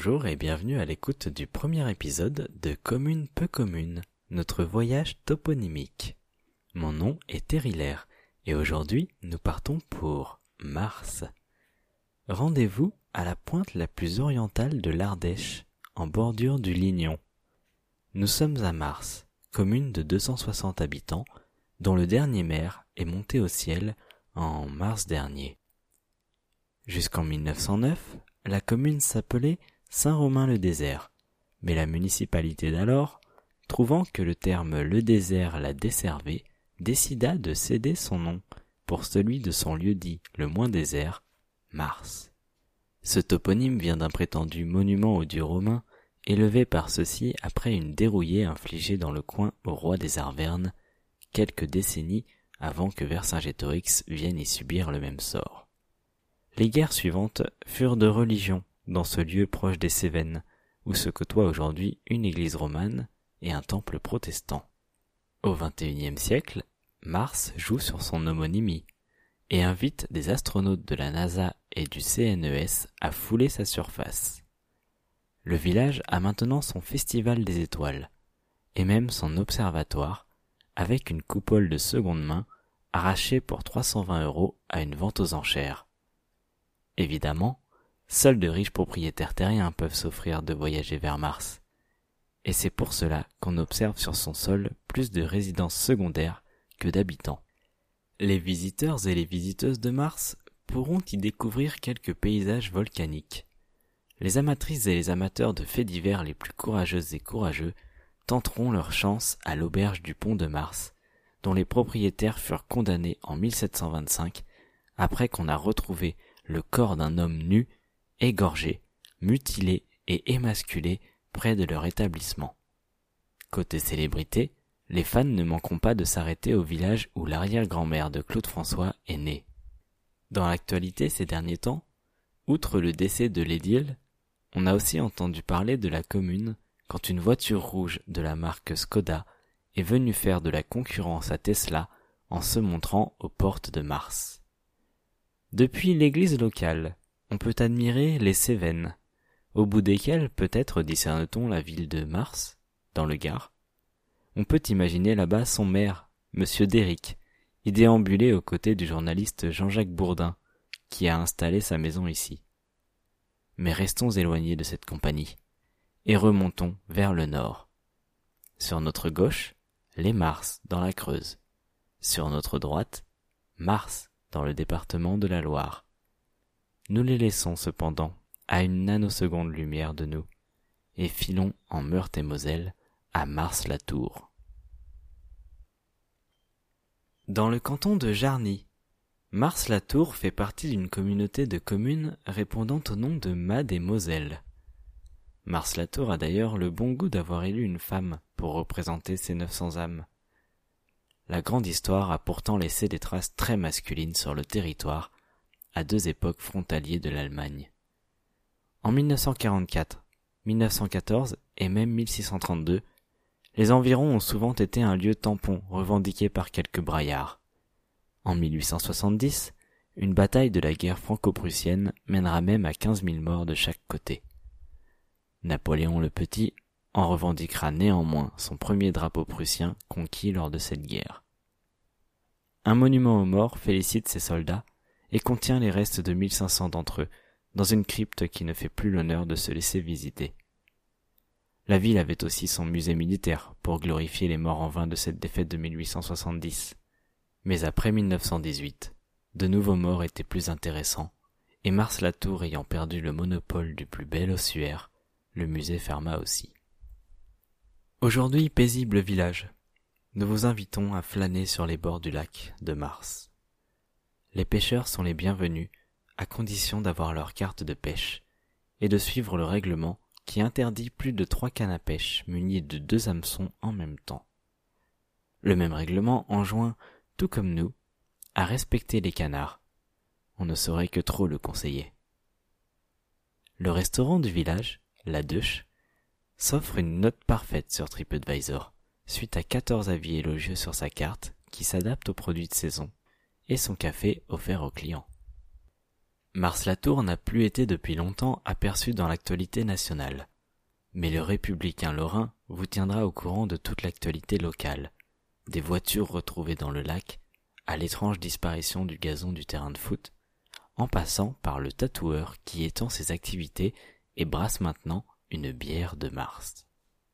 Bonjour et bienvenue à l'écoute du premier épisode de Commune peu commune, notre voyage toponymique. Mon nom est Terrillaire et aujourd'hui nous partons pour Mars. Rendez-vous à la pointe la plus orientale de l'Ardèche, en bordure du Lignon. Nous sommes à Mars, commune de 260 habitants, dont le dernier maire est monté au ciel en mars dernier. Jusqu'en 1909, la commune s'appelait Saint-Romain-le-Désert, mais la municipalité d'alors, trouvant que le terme le désert la desservait, décida de céder son nom pour celui de son lieu-dit le moins désert, Mars. Ce toponyme vient d'un prétendu monument aux dieux romains, élevé par ceux-ci après une dérouillée infligée dans le coin au roi des Arvernes, quelques décennies avant que Vercingétorix vienne y subir le même sort. Les guerres suivantes furent de religion dans ce lieu proche des Cévennes, où se côtoient aujourd'hui une église romane et un temple protestant. Au XXIe siècle, Mars joue sur son homonymie et invite des astronautes de la NASA et du CNES à fouler sa surface. Le village a maintenant son festival des étoiles et même son observatoire avec une coupole de seconde main arrachée pour 320 € à une vente aux enchères. Évidemment, seuls de riches propriétaires terriens peuvent s'offrir de voyager vers Mars. Et c'est pour cela qu'on observe sur son sol plus de résidences secondaires que d'habitants. Les visiteurs et les visiteuses de Mars pourront y découvrir quelques paysages volcaniques. Les amatrices et les amateurs de faits divers les plus courageuses et courageux tenteront leur chance à l'auberge du Pont de Mars, dont les propriétaires furent condamnés en 1725 après qu'on a retrouvé le corps d'un homme nu, égorgé, mutilé et émasculé près de leur établissement. Côté célébrité, les fans ne manqueront pas de s'arrêter au village où l'arrière-grand-mère de Claude François est née. Dans l'actualité ces derniers temps, outre le décès de l'édile, on a aussi entendu parler de la commune quand une voiture rouge de la marque Skoda est venue faire de la concurrence à Tesla en se montrant aux portes de Mars. Depuis l'église locale, on peut admirer les Cévennes, au bout desquelles peut-être discerne-t-on la ville de Mars, dans le Gard. On peut imaginer là-bas son maire, Monsieur Déric, y déambuler aux côtés du journaliste Jean-Jacques Bourdin, qui a installé sa maison ici. Mais restons éloignés de cette compagnie, et remontons vers le nord. Sur notre gauche, les Mars dans la Creuse. Sur notre droite, Mars dans le département de la Loire. Nous les laissons cependant à une nanoseconde lumière de nous, et filons en Meurthe-et-Moselle à Mars-la-Tour. Dans le canton de Jarny, Mars-la-Tour fait partie d'une communauté de communes répondant au nom de Made-et-Moselle. Mars-la-Tour a d'ailleurs le bon goût d'avoir élu une femme pour représenter ses 900 âmes. La grande histoire a pourtant laissé des traces très masculines sur le territoire, à deux époques frontaliers de l'Allemagne. En 1944, 1914 et même 1632, les environs ont souvent été un lieu tampon revendiqué par quelques braillards. En 1870, une bataille de la guerre franco-prussienne mènera même à 15 000 morts de chaque côté. Napoléon le Petit en revendiquera néanmoins son premier drapeau prussien conquis lors de cette guerre. Un monument aux morts félicite ces soldats et contient les restes de 1500 d'entre eux, dans une crypte qui ne fait plus l'honneur de se laisser visiter. La ville avait aussi son musée militaire pour glorifier les morts en vain de cette défaite de 1870. Mais après 1918, de nouveaux morts étaient plus intéressants, et Mars-la-Tour ayant perdu le monopole du plus bel ossuaire, le musée ferma aussi. Aujourd'hui paisible village, nous vous invitons à flâner sur les bords du lac de Mars. Les pêcheurs sont les bienvenus, à condition d'avoir leur carte de pêche et de suivre le règlement qui interdit plus de 3 cannes à pêche munies de 2 hameçons en même temps. Le même règlement enjoint, tout comme nous, à respecter les canards. On ne saurait que trop le conseiller. Le restaurant du village, la Deuche, s'offre une note parfaite sur TripAdvisor, suite à 14 avis élogieux sur sa carte qui s'adapte aux produits de saison et son café offert aux clients. Mars-la-Tour n'a plus été depuis longtemps aperçu dans l'actualité nationale. Mais le Républicain Lorrain vous tiendra au courant de toute l'actualité locale. Des voitures retrouvées dans le lac, à l'étrange disparition du gazon du terrain de foot, en passant par le tatoueur qui étend ses activités et brasse maintenant une bière de Mars.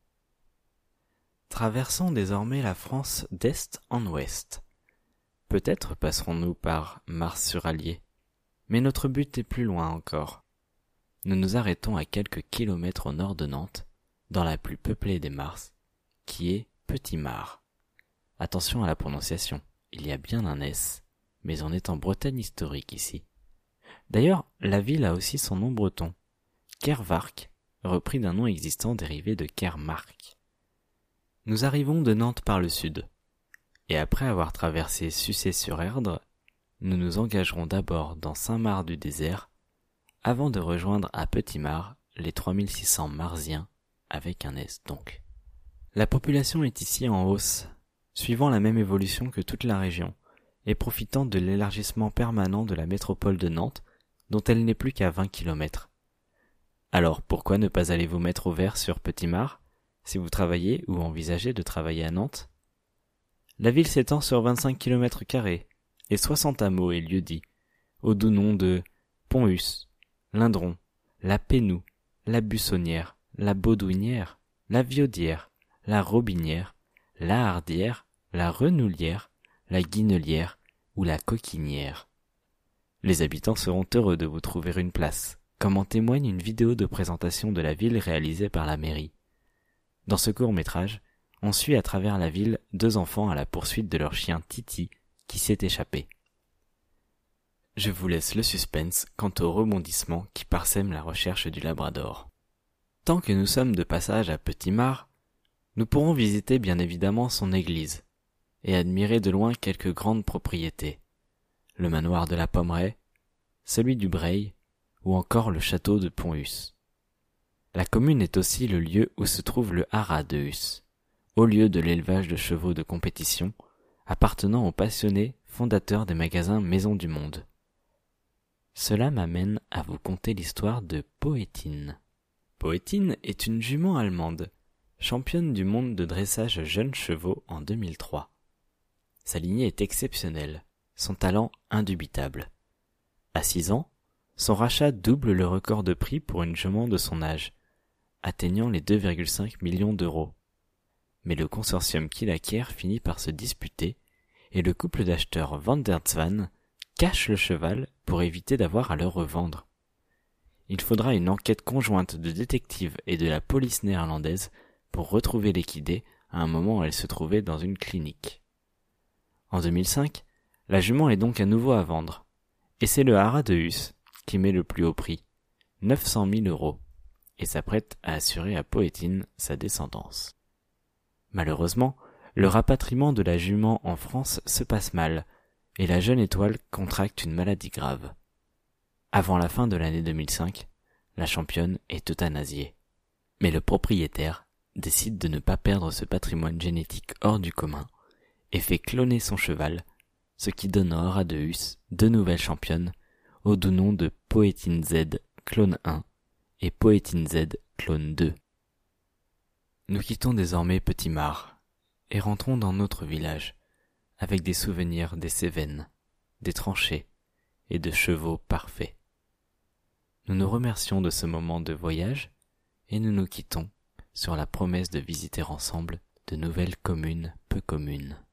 Traversons désormais la France d'est en ouest. Peut-être passerons-nous par Mars-sur-Allier, mais notre but est plus loin encore. Nous nous arrêtons à quelques kilomètres au nord de Nantes, dans la plus peuplée des Mars, qui est Petit-Mars. Attention à la prononciation, il y a bien un S, mais on est en Bretagne historique ici. D'ailleurs, la ville a aussi son nom breton, Kervark, repris d'un nom existant dérivé de Kermark. Nous arrivons de Nantes par le sud, et après avoir traversé Sucé-sur-Erdre, nous nous engagerons d'abord dans Saint-Mars-du-Désert, avant de rejoindre à Petit-Mars les 3600 Marsiens, avec un S donc. La population est ici en hausse, suivant la même évolution que toute la région, et profitant de l'élargissement permanent de la métropole de Nantes, dont elle n'est plus qu'à 20 km. Alors pourquoi ne pas aller vous mettre au vert sur Petit-Mars, si vous travaillez ou envisagez de travailler à Nantes? La ville s'étend sur 25 km² et 60 hameaux et lieux-dits, au doux nom de Pont-Hus, Lindron, la Pénou, la Bussonnière, la Baudouinière, la Viaudière, la Robinière, la Hardière, la Renoulière, la Guinelière ou la Coquinière. Les habitants seront heureux de vous trouver une place, comme en témoigne une vidéo de présentation de la ville réalisée par la mairie. Dans ce court-métrage, on suit à travers la ville 2 enfants à la poursuite de leur chien Titi qui s'est échappé. Je vous laisse le suspense quant au rebondissement qui parsème la recherche du Labrador. Tant que nous sommes de passage à Petit-Mars, nous pourrons visiter bien évidemment son église et admirer de loin quelques grandes propriétés, le manoir de la Pommeraye, celui du Breil ou encore le château de Pont-Hus. La commune est aussi le lieu où se trouve le haras de Hus, haut lieu de l'élevage de chevaux de compétition, appartenant aux passionnés fondateurs des magasins Maison du Monde. Cela m'amène à vous conter l'histoire de Poétine. Poétine est une jument allemande, championne du monde de dressage jeunes chevaux en 2003. Sa lignée est exceptionnelle, son talent indubitable. À 6 ans, son rachat double le record de prix pour une jument de son âge, atteignant les 2,5 millions d'euros. Mais le consortium qui l'acquiert finit par se disputer et le couple d'acheteurs Van der Zwaan cache le cheval pour éviter d'avoir à le revendre. Il faudra une enquête conjointe de détectives et de la police néerlandaise pour retrouver l'équidée à un moment où elle se trouvait dans une clinique. En 2005, la jument est donc à nouveau à vendre, et c'est le haras de Hus qui met le plus haut prix, 900 000 euros, et s'apprête à assurer à Poétine sa descendance. Malheureusement, le rapatriement de la jument en France se passe mal, et la jeune étoile contracte une maladie grave. Avant la fin de l'année 2005, la championne est euthanasiée. Mais le propriétaire décide de ne pas perdre ce patrimoine génétique hors du commun et fait cloner son cheval, ce qui donne au haras de Hus 2 nouvelles championnes au doux nom de Poétine Z clone 1 et Poétine Z clone 2. Nous quittons désormais Petit-Mars et rentrons dans notre village avec des souvenirs des Cévennes, des tranchées et de chevaux parfaits. Nous nous remercions de ce moment de voyage et nous nous quittons sur la promesse de visiter ensemble de nouvelles communes peu communes.